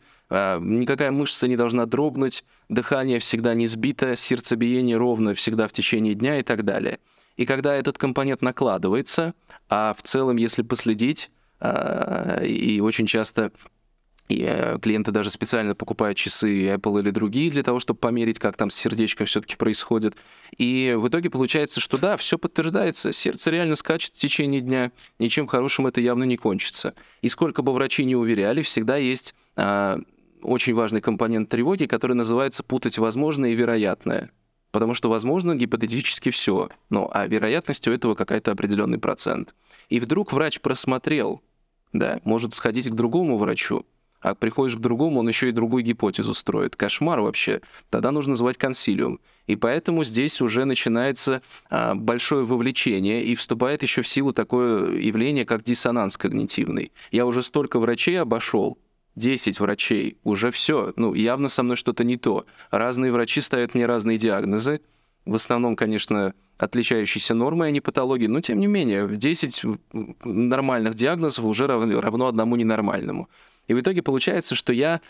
Никакая мышца не должна дрогнуть, дыхание всегда не сбито, сердцебиение ровно всегда в течение дня и так далее. И когда этот компонент накладывается, а в целом, если последить, и очень часто И клиенты даже специально покупают часы Apple или другие для того, чтобы померить, как там с сердечком все-таки происходит. И в итоге получается, что да, все подтверждается. Сердце реально скачет в течение дня. Ничем хорошим это явно не кончится. И сколько бы врачи не уверяли, всегда есть очень важный компонент тревоги, который называется путать возможное и вероятное. Потому что возможно гипотетически все, а вероятность у этого какая-то определенный процент. И вдруг врач просмотрел, да, может сходить к другому врачу, а приходишь к другому, он еще и другую гипотезу строит. Кошмар вообще. Тогда нужно звать консилиум. И поэтому здесь уже начинается большое вовлечение, и вступает еще в силу такое явление, как диссонанс когнитивный. Я уже столько врачей обошел, 10 врачей, уже все, явно со мной что-то не то. Разные врачи ставят мне разные диагнозы, в основном, конечно, отличающиеся нормой, а не патологии, но тем не менее, 10 нормальных диагнозов уже равно одному ненормальному. И в итоге получается, что я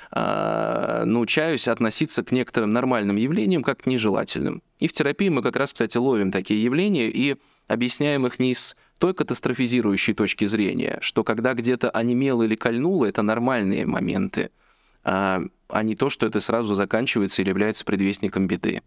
научаюсь относиться к некоторым нормальным явлениям как к нежелательным. И в терапии мы как раз, кстати, ловим такие явления и объясняем их не с той катастрофизирующей точки зрения, что когда где-то онемело или кольнуло, это нормальные моменты, а не то, что это сразу заканчивается или является предвестником беды.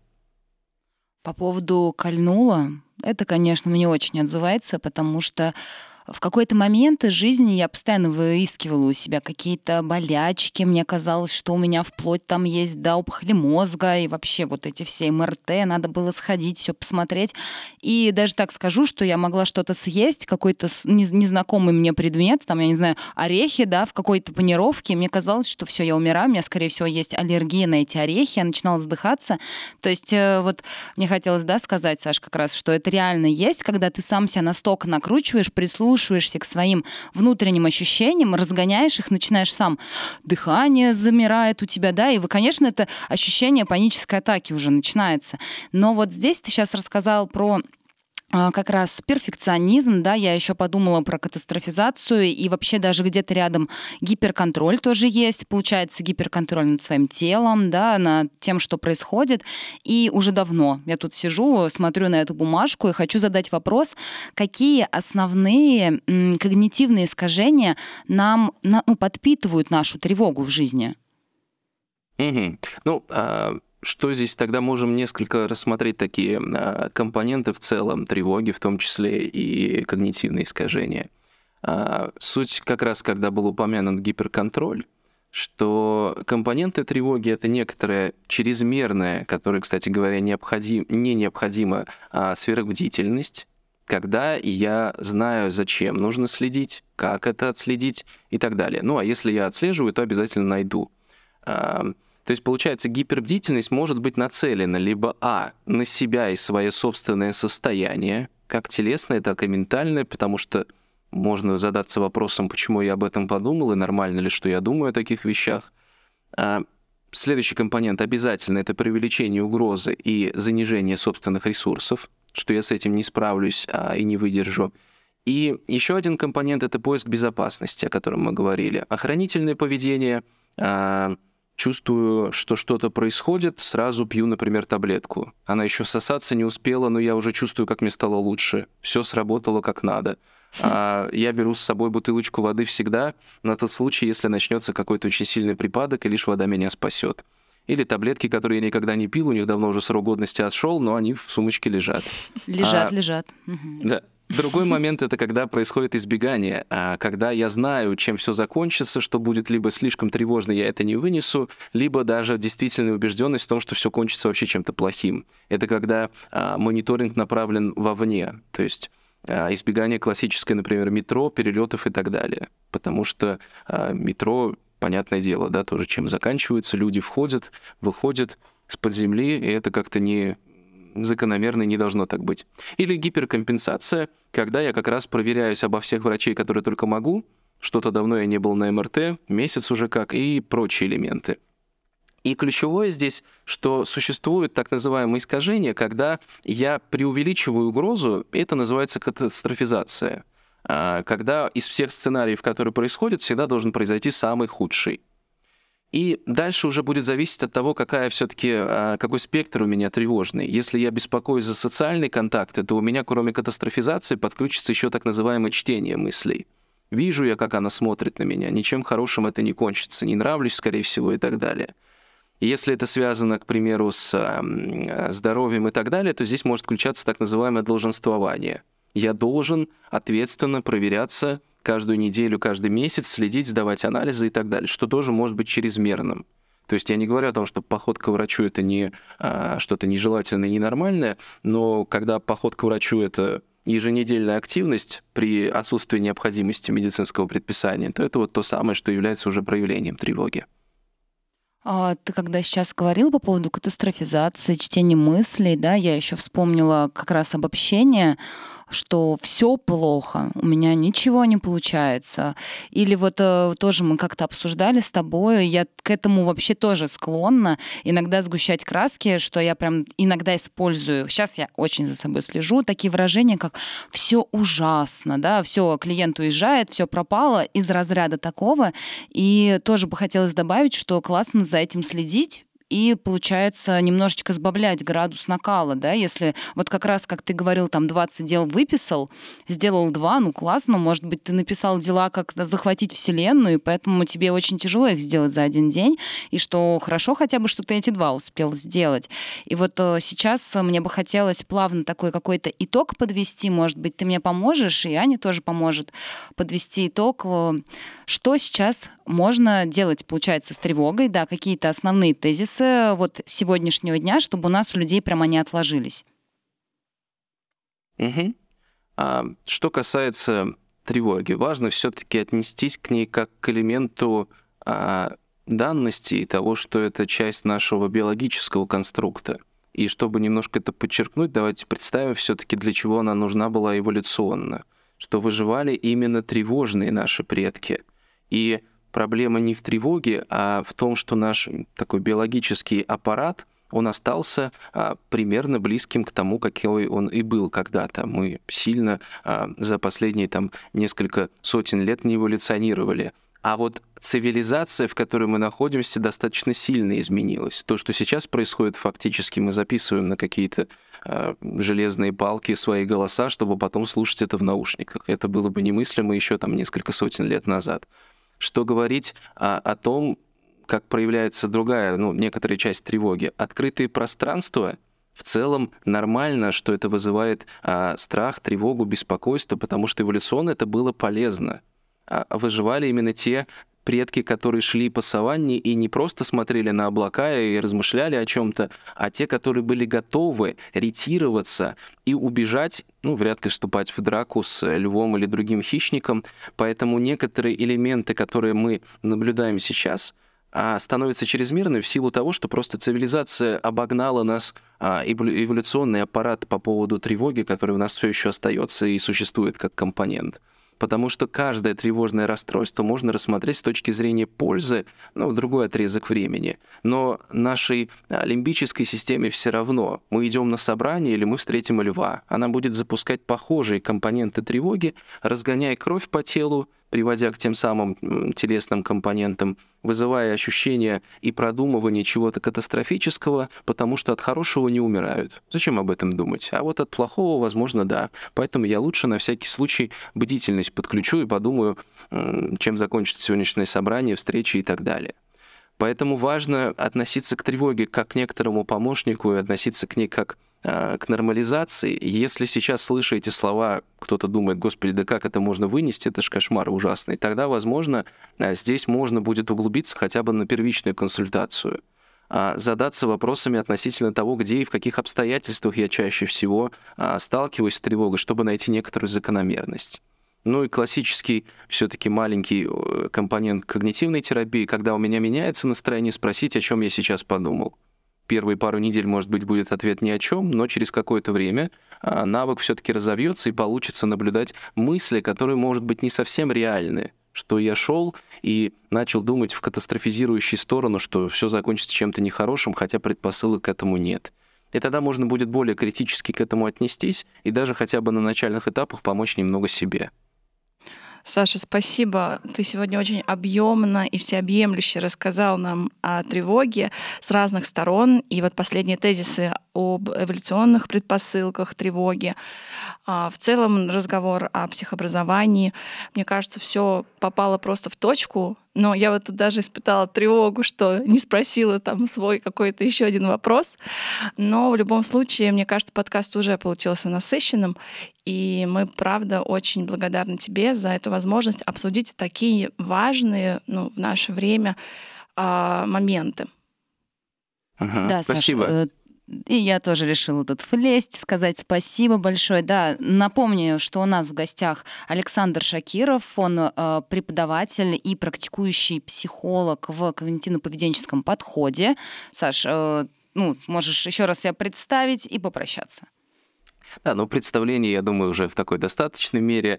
По поводу кольнуло, это, конечно, мне очень отзывается, потому что в какой-то момент из жизни я постоянно выискивала у себя какие-то болячки. Мне казалось, что у меня вплоть там есть до опухоли мозга, и вообще вот эти все МРТ, надо было сходить, все посмотреть. И даже так скажу, что я могла что-то съесть, какой-то незнакомый мне предмет, там, я не знаю, орехи, да, в какой-то панировке. Мне казалось, что все, я умираю, у меня, скорее всего, есть аллергия на эти орехи, я начинала задыхаться. То есть вот мне хотелось, да, сказать, Саш, как раз, что это реально есть, когда ты сам себя настолько накручиваешь, прислушиваешься к своим внутренним ощущениям, разгоняешь их, начинаешь сам. Дыхание замирает у тебя, да, и, конечно, это ощущение панической атаки уже начинается. Но вот здесь ты сейчас рассказал про как раз перфекционизм, да, я еще подумала про катастрофизацию, и вообще даже где-то рядом гиперконтроль тоже есть, получается гиперконтроль над своим телом, да, над тем, что происходит, и уже давно я тут сижу, смотрю на эту бумажку и хочу задать вопрос, какие основные когнитивные искажения нам подпитывают нашу тревогу в жизни? Что здесь тогда можем несколько рассмотреть такие компоненты в целом тревоги, в том числе и когнитивные искажения. Суть как раз, когда был упомянут гиперконтроль, что компоненты тревоги — это некоторая чрезмерная, которая, кстати говоря, не необходима, сверхбдительность, когда я знаю, зачем нужно следить, как это отследить и так далее. А если я отслеживаю, то обязательно найду. То есть, получается, гипербдительность может быть нацелена либо на себя и свое собственное состояние, как телесное, так и ментальное, потому что можно задаться вопросом, почему я об этом подумал, и нормально ли, что я думаю о таких вещах. Следующий компонент обязательно — это преувеличение угрозы и занижение собственных ресурсов, что я с этим не справлюсь и не выдержу. И еще один компонент — это поиск безопасности, о котором мы говорили. Охранительное поведение — чувствую, что что-то происходит, сразу пью, например, таблетку. Она еще всосаться не успела, но я уже чувствую, как мне стало лучше. Все сработало как надо. Я беру с собой бутылочку воды всегда, на тот случай, если начнется какой-то очень сильный припадок, и лишь вода меня спасет. Или таблетки, которые я никогда не пил, у них давно уже срок годности отшел, но они в сумочке лежат. Лежат. Да. Другой момент — это когда происходит избегание, когда я знаю, чем все закончится, что будет либо слишком тревожно, я это не вынесу, либо даже действительная убежденность в том, что все кончится вообще чем-то плохим. Это когда мониторинг направлен вовне, то есть избегание классическое, например, метро, перелетов и так далее. Потому что метро, понятное дело, да, тоже чем заканчивается, люди входят, выходят с-под земли, и это как-то не закономерно, не должно так быть. Или гиперкомпенсация, когда я как раз проверяюсь обо всех врачей, которые только могу, что-то давно я не был на МРТ, месяц уже как, и прочие элементы. И ключевое здесь, что существует так называемое искажение, когда я преувеличиваю угрозу, это называется катастрофизация. Когда из всех сценариев, которые происходят, всегда должен произойти самый худший. И дальше уже будет зависеть от того, какой спектр у меня тревожный. Если я беспокоюсь за социальные контакты, то у меня, кроме катастрофизации, подключится еще так называемое чтение мыслей. Вижу я, как она смотрит на меня, ничем хорошим это не кончится, не нравлюсь, скорее всего, и так далее. И если это связано, к примеру, с здоровьем и так далее, то здесь может включаться так называемое долженствование. Я должен ответственно проверяться каждую неделю, каждый месяц, следить, сдавать анализы и так далее, что тоже может быть чрезмерным. То есть я не говорю о том, что поход к врачу — это не что-то нежелательное и ненормальное, но когда поход к врачу — это еженедельная активность при отсутствии необходимости медицинского предписания, то это вот то самое, что является уже проявлением тревоги. Ты когда сейчас говорил по поводу катастрофизации, чтения мыслей, да, я еще вспомнила как раз обобщение, что все плохо, у меня ничего не получается. Или вот тоже мы как-то обсуждали с тобой, я к этому вообще тоже склонна иногда сгущать краски, что я прям иногда использую. Сейчас я очень за собой слежу, такие выражения, как все ужасно, да, все, клиент уезжает, все пропало из разряда такого. И тоже бы хотелось добавить, что классно за этим следить, и, получается, немножечко сбавлять градус накала, да, если вот как раз, как ты говорил, там 20 дел выписал, сделал 2, ну классно, может быть, ты написал дела, как захватить Вселенную, и поэтому тебе очень тяжело их сделать за один день, и что хорошо хотя бы, что ты эти 2 успел сделать. И вот сейчас мне бы хотелось плавно такой какой-то итог подвести, может быть, ты мне поможешь, и Аня тоже поможет подвести итог, что сейчас можно делать, получается, с тревогой, да, какие-то основные тезисы вот сегодняшнего дня, чтобы у нас у людей прямо не отложились. Мгм. Что касается тревоги, важно все-таки отнестись к ней как к элементу данности и того, что это часть нашего биологического конструкта. И чтобы немножко это подчеркнуть, давайте представим все-таки, для чего она нужна была эволюционно. Что выживали именно тревожные наши предки. И проблема не в тревоге, а в том, что наш такой биологический аппарат, он остался примерно близким к тому, какой он и был когда-то. Мы сильно за последние несколько сотен лет не эволюционировали. А вот цивилизация, в которой мы находимся, достаточно сильно изменилась. То, что сейчас происходит, фактически мы записываем на какие-то железные палки свои голоса, чтобы потом слушать это в наушниках. Это было бы немыслимо еще несколько сотен лет назад. Что говорить о том, как проявляется другая, некоторая часть тревоги. Открытые пространства в целом нормально, что это вызывает страх, тревогу, беспокойство, потому что эволюционно это было полезно. Выживали именно те предки, которые шли по саванне и не просто смотрели на облака и размышляли о чем-то, а те, которые были готовы ретироваться и убежать, вряд ли вступать в драку с львом или другим хищником. Поэтому некоторые элементы, которые мы наблюдаем сейчас, становятся чрезмерны в силу того, что просто цивилизация обогнала нас, эволюционный аппарат по поводу тревоги, который у нас все еще остается и существует как компонент. Потому что каждое тревожное расстройство можно рассмотреть с точки зрения пользы, в другой отрезок времени. Но нашей лимбической системе все равно. Мы идем на собрание или мы встретим льва. Она будет запускать похожие компоненты тревоги, разгоняя кровь по телу, приводя к тем самым телесным компонентам, вызывая ощущение и продумывание чего-то катастрофического, потому что от хорошего не умирают. Зачем об этом думать? А вот от плохого, возможно, да. Поэтому я лучше на всякий случай бдительность подключу и подумаю, чем закончится сегодняшнее собрание, встречи и так далее. Поэтому важно относиться к тревоге как к некоторому помощнику и относиться к ней как к нормализации. Если сейчас, слыша эти слова, кто-то думает: «Господи, да как это можно вынести? Это ж кошмар ужасный». Тогда, возможно, здесь можно будет углубиться хотя бы на первичную консультацию, задаться вопросами относительно того, где и в каких обстоятельствах я чаще всего сталкиваюсь с тревогой, чтобы найти некоторую закономерность. И классический все-таки маленький компонент когнитивной терапии, когда у меня меняется настроение, спросить, о чем я сейчас подумал. Первые пару недель, может быть, будет ответ ни о чем, но через какое-то время навык все-таки разовьется и получится наблюдать мысли, которые, может быть, не совсем реальны. Что я шел и начал думать в катастрофизирующую сторону, что все закончится чем-то нехорошим, хотя предпосылок к этому нет. И тогда можно будет более критически к этому отнестись и даже хотя бы на начальных этапах помочь немного себе. Саша, спасибо. Ты сегодня очень объемно и всеобъемлюще рассказал нам о тревоге с разных сторон. И вот последние тезисы об эволюционных предпосылках тревоги. В целом разговор о психообразовании. Мне кажется, все попало просто в точку. Но я вот тут даже испытала тревогу, что не спросила там свой какой-то еще один вопрос. Но в любом случае, мне кажется, подкаст уже получился насыщенным. И мы, правда, очень благодарны тебе за эту возможность обсудить такие важные, в наше время моменты. Да, Спасибо. Саш, и я тоже решила тут влезть, сказать спасибо большое. Да, напомню, что у нас в гостях Александр Шакиров, он преподаватель и практикующий психолог в когнитивно-поведенческом подходе. Саш, можешь еще раз себя представить и попрощаться. Да, представление, я думаю, уже в такой достаточной мере.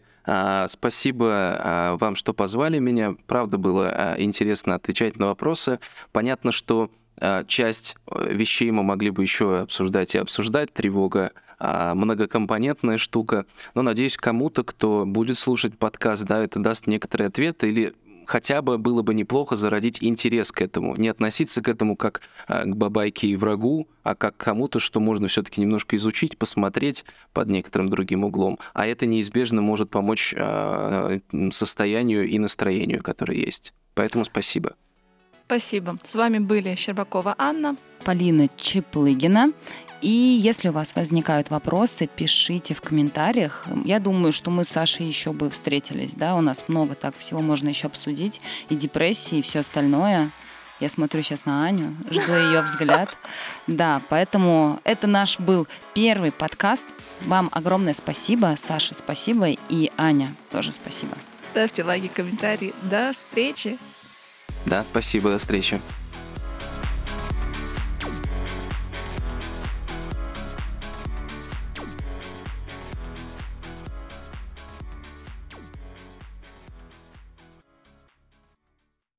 Спасибо вам, что позвали меня. Правда, было интересно отвечать на вопросы. Понятно, что часть вещей мы могли бы еще обсуждать и обсуждать. Тревога многокомпонентная штука. Но, надеюсь, кому-то, кто будет слушать подкаст, да, это даст некоторые ответы или хотя бы было бы неплохо зародить интерес к этому. Не относиться к этому как к бабайке и врагу, а как к кому-то, что можно все-таки немножко изучить, посмотреть под некоторым другим углом. А это неизбежно может помочь состоянию и настроению, которое есть. Поэтому спасибо. Спасибо. С вами были Щербакова Анна, Полина Чеплыгина. И если у вас возникают вопросы, пишите в комментариях. Я думаю, что мы с Сашей еще бы встретились, да, у нас много так всего можно еще обсудить, и депрессии, и все остальное. Я смотрю сейчас на Аню, жду ее взгляд. Да, поэтому это наш был первый подкаст. Вам огромное спасибо, Саша, спасибо, и Аня тоже спасибо. Ставьте лайки, комментарии. До встречи! Да, спасибо, до встречи.